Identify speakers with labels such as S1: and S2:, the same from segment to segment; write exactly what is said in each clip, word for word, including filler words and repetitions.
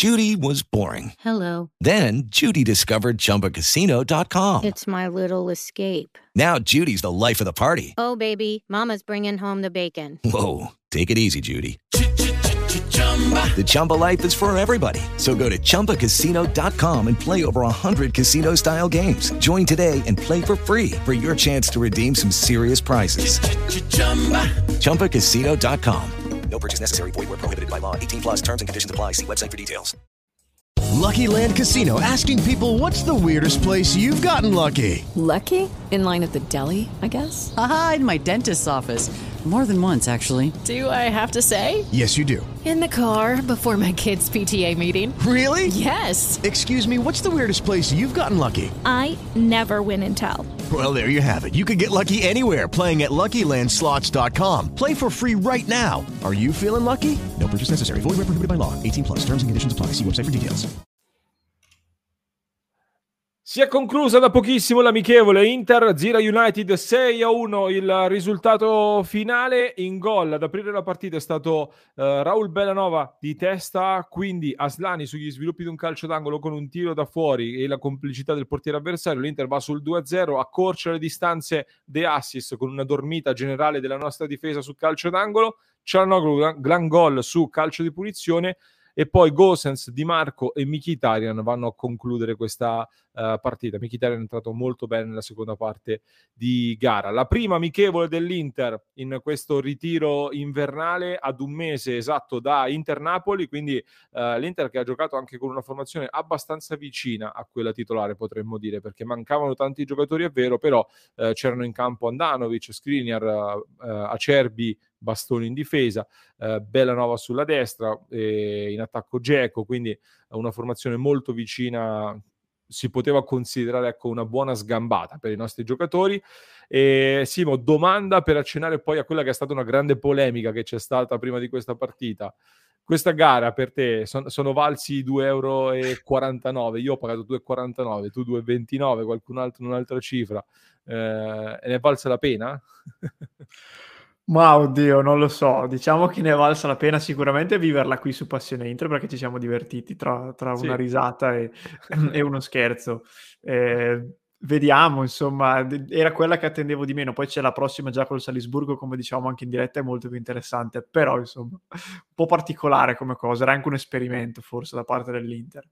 S1: Judy was boring.
S2: Hello.
S1: Then Judy discovered Chumba Casino dot com.
S2: It's my little escape.
S1: Now Judy's the life of the party.
S2: Oh, baby, mama's bringing home the bacon.
S1: Whoa, take it easy, Judy. The Chumba life is for everybody. So go to Chumba Casino dot com and play over one hundred casino-style games. Join today and play for free for your chance to redeem some serious prizes. Chumba Casino dot com. No purchase necessary. Void where prohibited by law. eighteen plus terms and conditions apply. See website for details.
S3: Lucky Land Casino, asking people, what's the weirdest place you've gotten lucky?
S4: Lucky? In line at the deli, I guess?
S5: Aha, in my dentist's office. More than once, actually.
S4: Do I have to say?
S3: Yes, you do.
S4: In the car before my kids' P T A meeting.
S3: Really?
S4: Yes.
S3: Excuse me, what's the weirdest place you've gotten lucky?
S6: I never win and tell.
S3: Well, there you have it. You can get lucky anywhere, playing at Lucky Land Slots dot com. Play for free right now. Are you feeling lucky? No purchase necessary. Void where prohibited by law. eighteen plus. Terms and conditions apply. See website for details.
S7: Si è conclusa da pochissimo l'amichevole Inter-Zira United sei a uno il risultato finale. In gol ad aprire la partita è stato uh, Raul Bellanova di testa, quindi Aslani sugli sviluppi di un calcio d'angolo con un tiro da fuori e la complicità del portiere avversario. L'Inter va sul due a zero, accorcia le distanze De Assis con una dormita generale della nostra difesa sul calcio d'angolo. Cialanoglu gran gol su calcio di punizione. E poi Gosens, Di Marco e Mkhitaryan vanno a concludere questa uh, partita. Mkhitaryan è entrato molto bene nella seconda parte di gara. La prima amichevole dell'Inter in questo ritiro invernale ad un mese esatto da Inter-Napoli, quindi uh, l'Inter che ha giocato anche con una formazione abbastanza vicina a quella titolare, potremmo dire, perché mancavano tanti giocatori, è vero, però uh, c'erano in campo Andanovic, Skriniar, uh, uh, Acerbi, Bastoni in difesa, eh, Bellanova sulla destra, e in attacco Dzeko, quindi una formazione molto vicina, si poteva considerare ecco una buona sgambata per i nostri giocatori. E Simo, domanda per accennare poi a quella che è stata una grande polemica che c'è stata prima di questa partita. Questa gara per te son, sono valsi due e quarantanove euro, io ho pagato due e quarantanove, tu due e ventinove, qualcun altro un'altra cifra, eh, e ne è valsa la pena?
S8: Ma oddio, non lo so, diciamo che ne è valsa la pena sicuramente viverla qui su Passione Inter, perché ci siamo divertiti tra, tra
S7: Sì.
S8: una risata e, e uno scherzo. Eh, vediamo, insomma, era quella che attendevo di meno. Poi c'è la prossima già col Salisburgo, come diciamo anche in diretta, è molto più interessante, però insomma un po' particolare come cosa, era anche un esperimento forse da parte dell'Inter.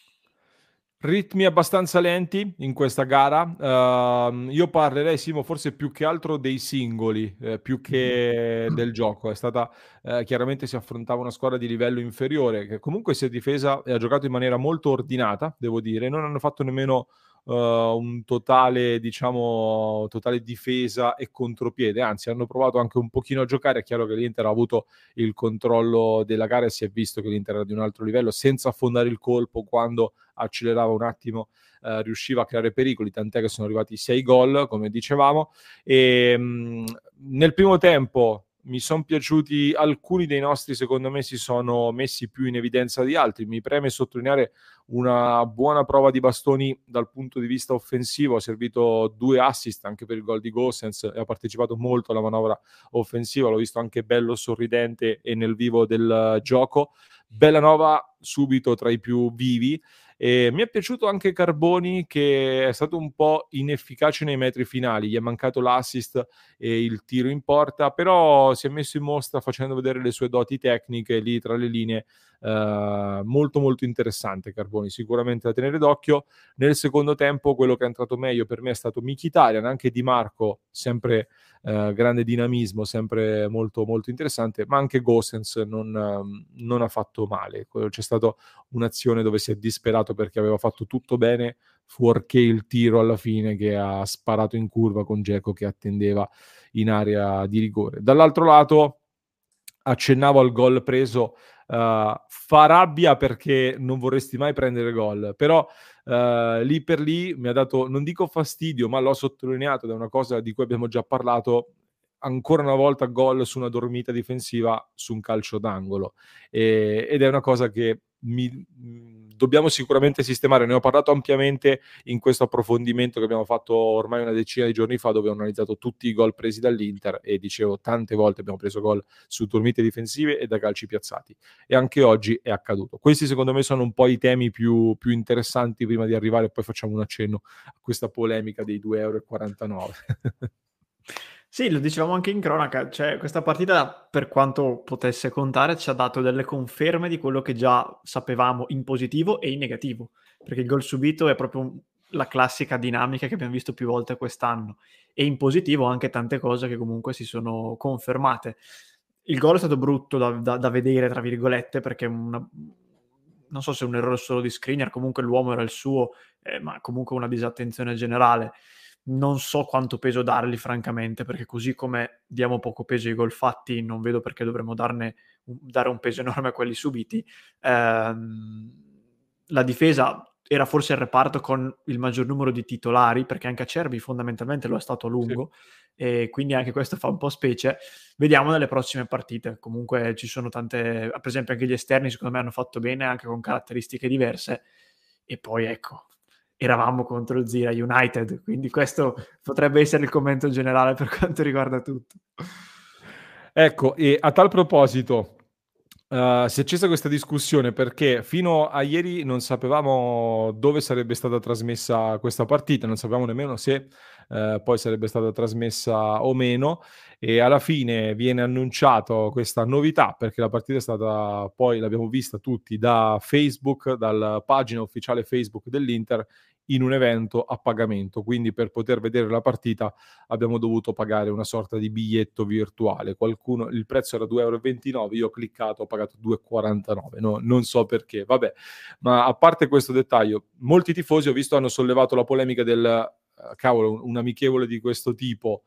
S7: Ritmi abbastanza lenti in questa gara. Uh, io parlerei, Simo, forse più che altro dei singoli, eh, più che del gioco. È stata eh, chiaramente si affrontava una squadra di livello inferiore che comunque si è difesa e ha giocato in maniera molto ordinata, devo dire. Non hanno fatto nemmeno uh, un totale, diciamo, totale difesa e contropiede, anzi hanno provato anche un pochino a giocare. È chiaro che l'Inter ha avuto il controllo della gara e si è visto che l'Inter era di un altro livello, senza affondare il colpo quando accelerava un attimo, eh, riusciva a creare pericoli, tant'è che sono arrivati sei gol, come dicevamo. E mh, nel primo tempo mi sono piaciuti alcuni dei nostri, secondo me si sono messi più in evidenza di altri. Mi preme sottolineare una buona prova di Bastoni dal punto di vista offensivo, ha servito due assist anche per il gol di Gosens e ha partecipato molto alla manovra offensiva, l'ho visto anche bello, sorridente e nel vivo del gioco. Bellanova subito tra i più vivi. E mi è piaciuto anche Carboni, che è stato un po' inefficace nei metri finali, gli è mancato l'assist e il tiro in porta, però si è messo in mostra facendo vedere le sue doti tecniche lì tra le linee. Uh, molto molto interessante Carboni, sicuramente da tenere d'occhio. Nel secondo tempo quello che è entrato meglio per me è stato Mkhitaryan, anche Di Marco sempre uh, grande dinamismo, sempre molto molto interessante, ma anche Gosens non, uh, non ha fatto male. C'è stata un'azione dove si è disperato perché aveva fatto tutto bene fuorché il tiro alla fine che ha sparato in curva con Dzeko che attendeva in area di rigore. Dall'altro lato accennavo al gol preso. Uh, fa rabbia perché non vorresti mai prendere gol, però uh, lì per lì mi ha dato, non dico fastidio, ma l'ho sottolineato, da una cosa di cui abbiamo già parlato, ancora una volta gol su una dormita difensiva su un calcio d'angolo, e, ed è una cosa che mi dobbiamo sicuramente sistemare. Ne ho parlato ampiamente in questo approfondimento che abbiamo fatto ormai una decina di giorni fa, dove ho analizzato tutti i gol presi dall'Inter e dicevo tante volte abbiamo preso gol su dormite difensive e da calci piazzati, e anche oggi è accaduto. Questi secondo me sono un po' i temi più, più interessanti prima di arrivare, poi facciamo un accenno a questa polemica dei due e quarantanove euro.
S8: Sì, lo dicevamo anche in cronaca, cioè questa partita, per quanto potesse contare, ci ha dato delle conferme di quello che già sapevamo in positivo e in negativo, perché il gol subito è proprio la classica dinamica che abbiamo visto più volte quest'anno, e in positivo anche tante cose che comunque si sono confermate. Il gol è stato brutto da, da, da vedere, tra virgolette, perché una, non so se è un errore solo di Skriniar, comunque l'uomo era il suo, eh, ma comunque una disattenzione generale. Non so quanto peso dargli, francamente, perché così come diamo poco peso ai gol fatti, non vedo perché dovremmo darne, dare un peso enorme a quelli subiti. Ehm, la difesa era forse il reparto con il maggior numero di titolari, perché anche Acerbi fondamentalmente lo è stato a lungo, sì. E quindi anche questo fa un po' specie. Vediamo nelle prossime partite. Comunque ci sono tante, per esempio anche gli esterni secondo me hanno fatto bene, anche con caratteristiche diverse, e poi ecco, eravamo contro il Zira United, quindi questo potrebbe essere il commento generale per quanto riguarda tutto.
S7: Ecco, e a tal proposito, uh, si è accesa questa discussione perché fino a ieri non sapevamo dove sarebbe stata trasmessa questa partita, non sapevamo nemmeno se uh, poi sarebbe stata trasmessa o meno, e alla fine viene annunciato questa novità, perché la partita è stata, poi l'abbiamo vista tutti da Facebook, dalla pagina ufficiale Facebook dell'Inter, in un evento a pagamento, quindi per poter vedere la partita abbiamo dovuto pagare una sorta di biglietto virtuale. Qualcuno, il prezzo era due e ventinove euro, io ho cliccato, ho pagato due e quarantanove, no? Non so perché, vabbè. Ma a parte questo dettaglio, molti tifosi, ho visto, hanno sollevato la polemica del uh, cavolo, un amichevole di questo tipo,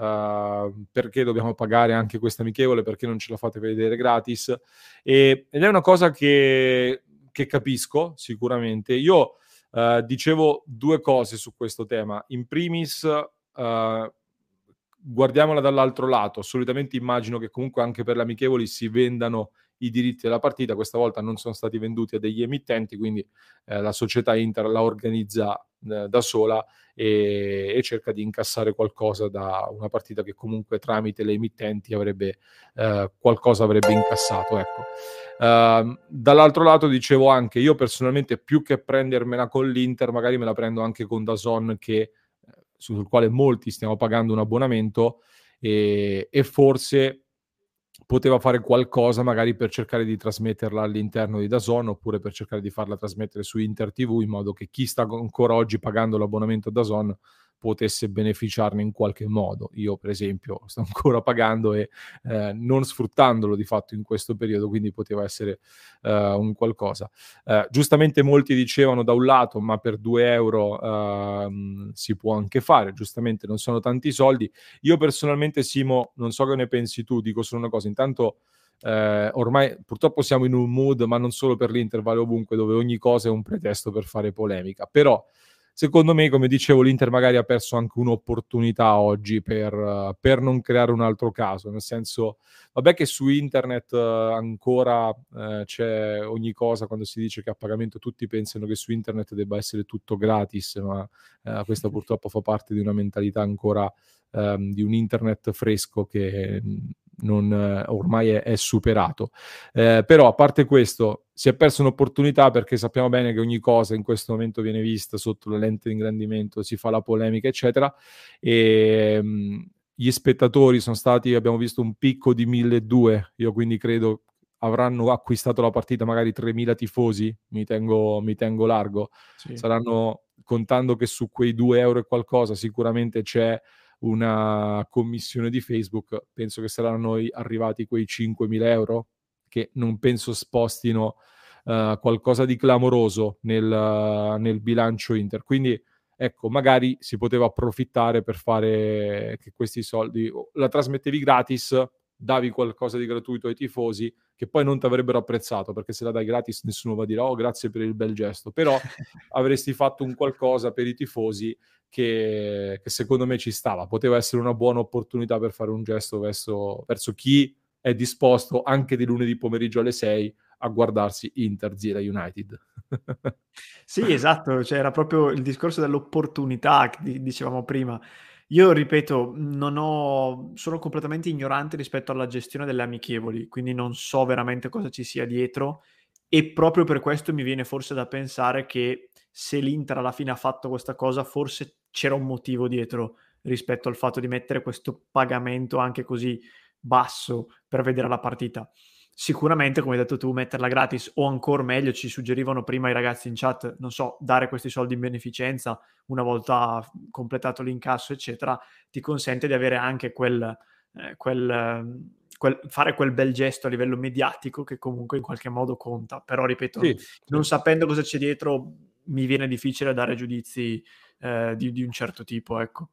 S7: uh, perché dobbiamo pagare anche questa amichevole, perché non ce la fate vedere gratis, e, ed è una cosa che, che capisco sicuramente. Io Uh, dicevo due cose su questo tema. In primis, uh, guardiamola dall'altro lato. Solitamente immagino che comunque anche per le amichevoli si vendano i diritti della partita. Questa volta non sono stati venduti a degli emittenti, quindi eh, la società Inter la organizza eh, da sola e, e cerca di incassare qualcosa da una partita che comunque tramite le emittenti avrebbe eh, qualcosa avrebbe incassato, ecco. Uh, dall'altro lato dicevo anche, io personalmente più che prendermela con l'Inter magari me la prendo anche con DAZN, che, sul quale molti stiamo pagando un abbonamento, e, e forse poteva fare qualcosa magari per cercare di trasmetterla all'interno di DAZN, oppure per cercare di farla trasmettere su Inter T V, in modo che chi sta ancora oggi pagando l'abbonamento a DAZN potesse beneficiarne in qualche modo. Io per esempio sto ancora pagando e eh, non sfruttandolo di fatto in questo periodo, quindi poteva essere uh, un qualcosa. Uh, giustamente molti dicevano da un lato, ma per due euro uh, si può anche fare, giustamente non sono tanti soldi. Io personalmente, Simo, non so che ne pensi tu, dico solo una cosa, intanto eh, ormai purtroppo siamo in un mood, ma non solo per l'Inter, vale ovunque, dove ogni cosa è un pretesto per fare polemica, però secondo me, come dicevo, l'Inter magari ha perso anche un'opportunità oggi per, uh, per non creare un altro caso, nel senso, vabbè che su internet uh, ancora uh, c'è ogni cosa, quando si dice che a pagamento tutti pensano che su internet debba essere tutto gratis, ma uh, questa purtroppo fa parte di una mentalità ancora um, di un internet fresco che non, uh, ormai è, è superato. Eh, però a parte questo si è persa un'opportunità, perché sappiamo bene che ogni cosa in questo momento viene vista sotto la lente di ingrandimento, si fa la polemica eccetera, e mh, gli spettatori sono stati, abbiamo visto un picco di milleduecento, io quindi credo avranno acquistato la partita magari tremila tifosi, mi tengo, mi tengo largo, sì. Saranno, contando che su quei due euro e qualcosa sicuramente c'è una commissione di Facebook, penso che saranno arrivati quei cinquemila euro, che non penso spostino uh, qualcosa di clamoroso nel, uh, nel bilancio Inter. Quindi ecco, magari si poteva approfittare per fare che questi soldi, la trasmettevi gratis, davi qualcosa di gratuito ai tifosi, che poi non ti avrebbero apprezzato, perché se la dai gratis nessuno va a dire oh grazie per il bel gesto, però avresti fatto un qualcosa per i tifosi che, che secondo me ci stava, poteva essere una buona opportunità per fare un gesto verso, verso chi è disposto anche di lunedì pomeriggio alle sei a guardarsi Inter Zira United.
S8: Sì, esatto, cioè era proprio il discorso dell'opportunità che di dicevamo prima. Io ripeto, non ho sono completamente ignorante rispetto alla gestione delle amichevoli, quindi non so veramente cosa ci sia dietro e proprio per questo mi viene forse da pensare che se l'Inter alla fine ha fatto questa cosa, forse c'era un motivo dietro rispetto al fatto di mettere questo pagamento anche così basso per vedere la partita. Sicuramente, come hai detto tu, metterla gratis o ancora meglio, ci suggerivano prima i ragazzi in chat, non so, dare questi soldi in beneficenza una volta completato l'incasso, eccetera, ti consente di avere anche quel, eh, quel, quel fare quel bel gesto a livello mediatico che comunque in qualche modo conta. Però, ripeto,
S7: Sì,
S8: non
S7: sì.
S8: sapendo cosa c'è dietro, mi viene difficile dare giudizi eh, di, di un certo tipo, ecco.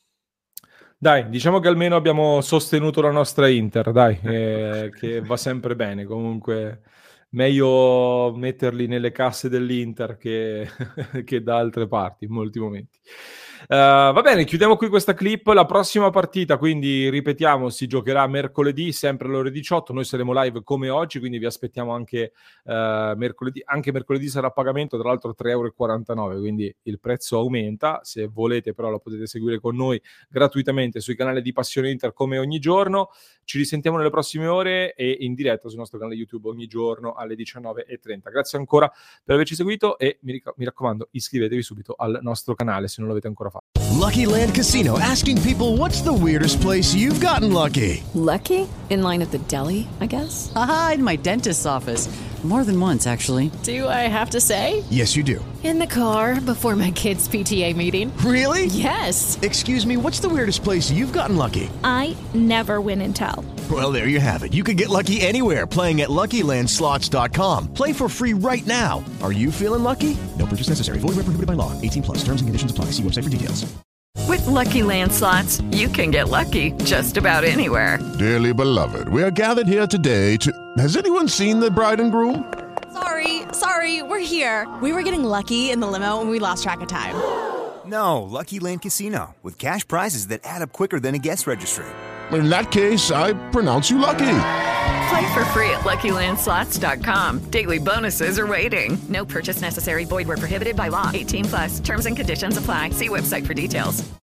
S7: Dai, diciamo che almeno abbiamo sostenuto la nostra Inter, dai, eh, che va sempre bene. Comunque, meglio metterli nelle casse dell'Inter che, che da altre parti, in molti momenti. Uh, va bene, chiudiamo qui questa clip. La prossima partita, quindi ripetiamo, si giocherà mercoledì, sempre alle ore diciotto. Noi saremo live come oggi, quindi vi aspettiamo anche uh, mercoledì. Anche mercoledì sarà a pagamento, tra l'altro tre virgola quarantanove euro, quindi il prezzo aumenta. Se volete, però, lo potete seguire con noi gratuitamente sui canali di Passione Inter come ogni giorno. Ci risentiamo nelle prossime ore e in diretta sul nostro canale YouTube ogni giorno alle diciannove e trenta. Grazie ancora per averci seguito e mi, ric- mi raccomando, iscrivetevi subito al nostro canale se non l'avete ancora fatto.
S3: Lucky Land Casino, asking people, what's the weirdest place you've gotten lucky?
S4: Lucky? In line at the deli, I guess?
S5: Aha, in my dentist's office. More than once, actually.
S4: Do I have to say?
S3: Yes, you do.
S4: In the car before my kids' P T A meeting.
S3: Really?
S4: Yes.
S3: Excuse me, what's the weirdest place you've gotten lucky?
S6: I never win and tell.
S3: Well, there you have it. You can get lucky anywhere, playing at Lucky Land Slots dot com. Play for free right now. Are you feeling lucky? No purchase necessary. Void where prohibited by law. eighteen plus. Terms and conditions apply. See website for details.
S9: With Lucky Land Slots, you can get lucky just about anywhere.
S10: Dearly beloved, we are gathered here today to... Has anyone seen the bride and groom?
S11: Sorry, sorry, we're here. We were getting lucky in the limo and we lost track of time.
S12: No, Lucky Land Casino, with cash prizes that add up quicker than a guest registry.
S10: In that case, I pronounce you lucky.
S9: Play for free at Lucky Land Slots dot com. Daily bonuses are waiting. No purchase necessary. Void where prohibited by law. eighteen plus. Terms and conditions apply. See website for details.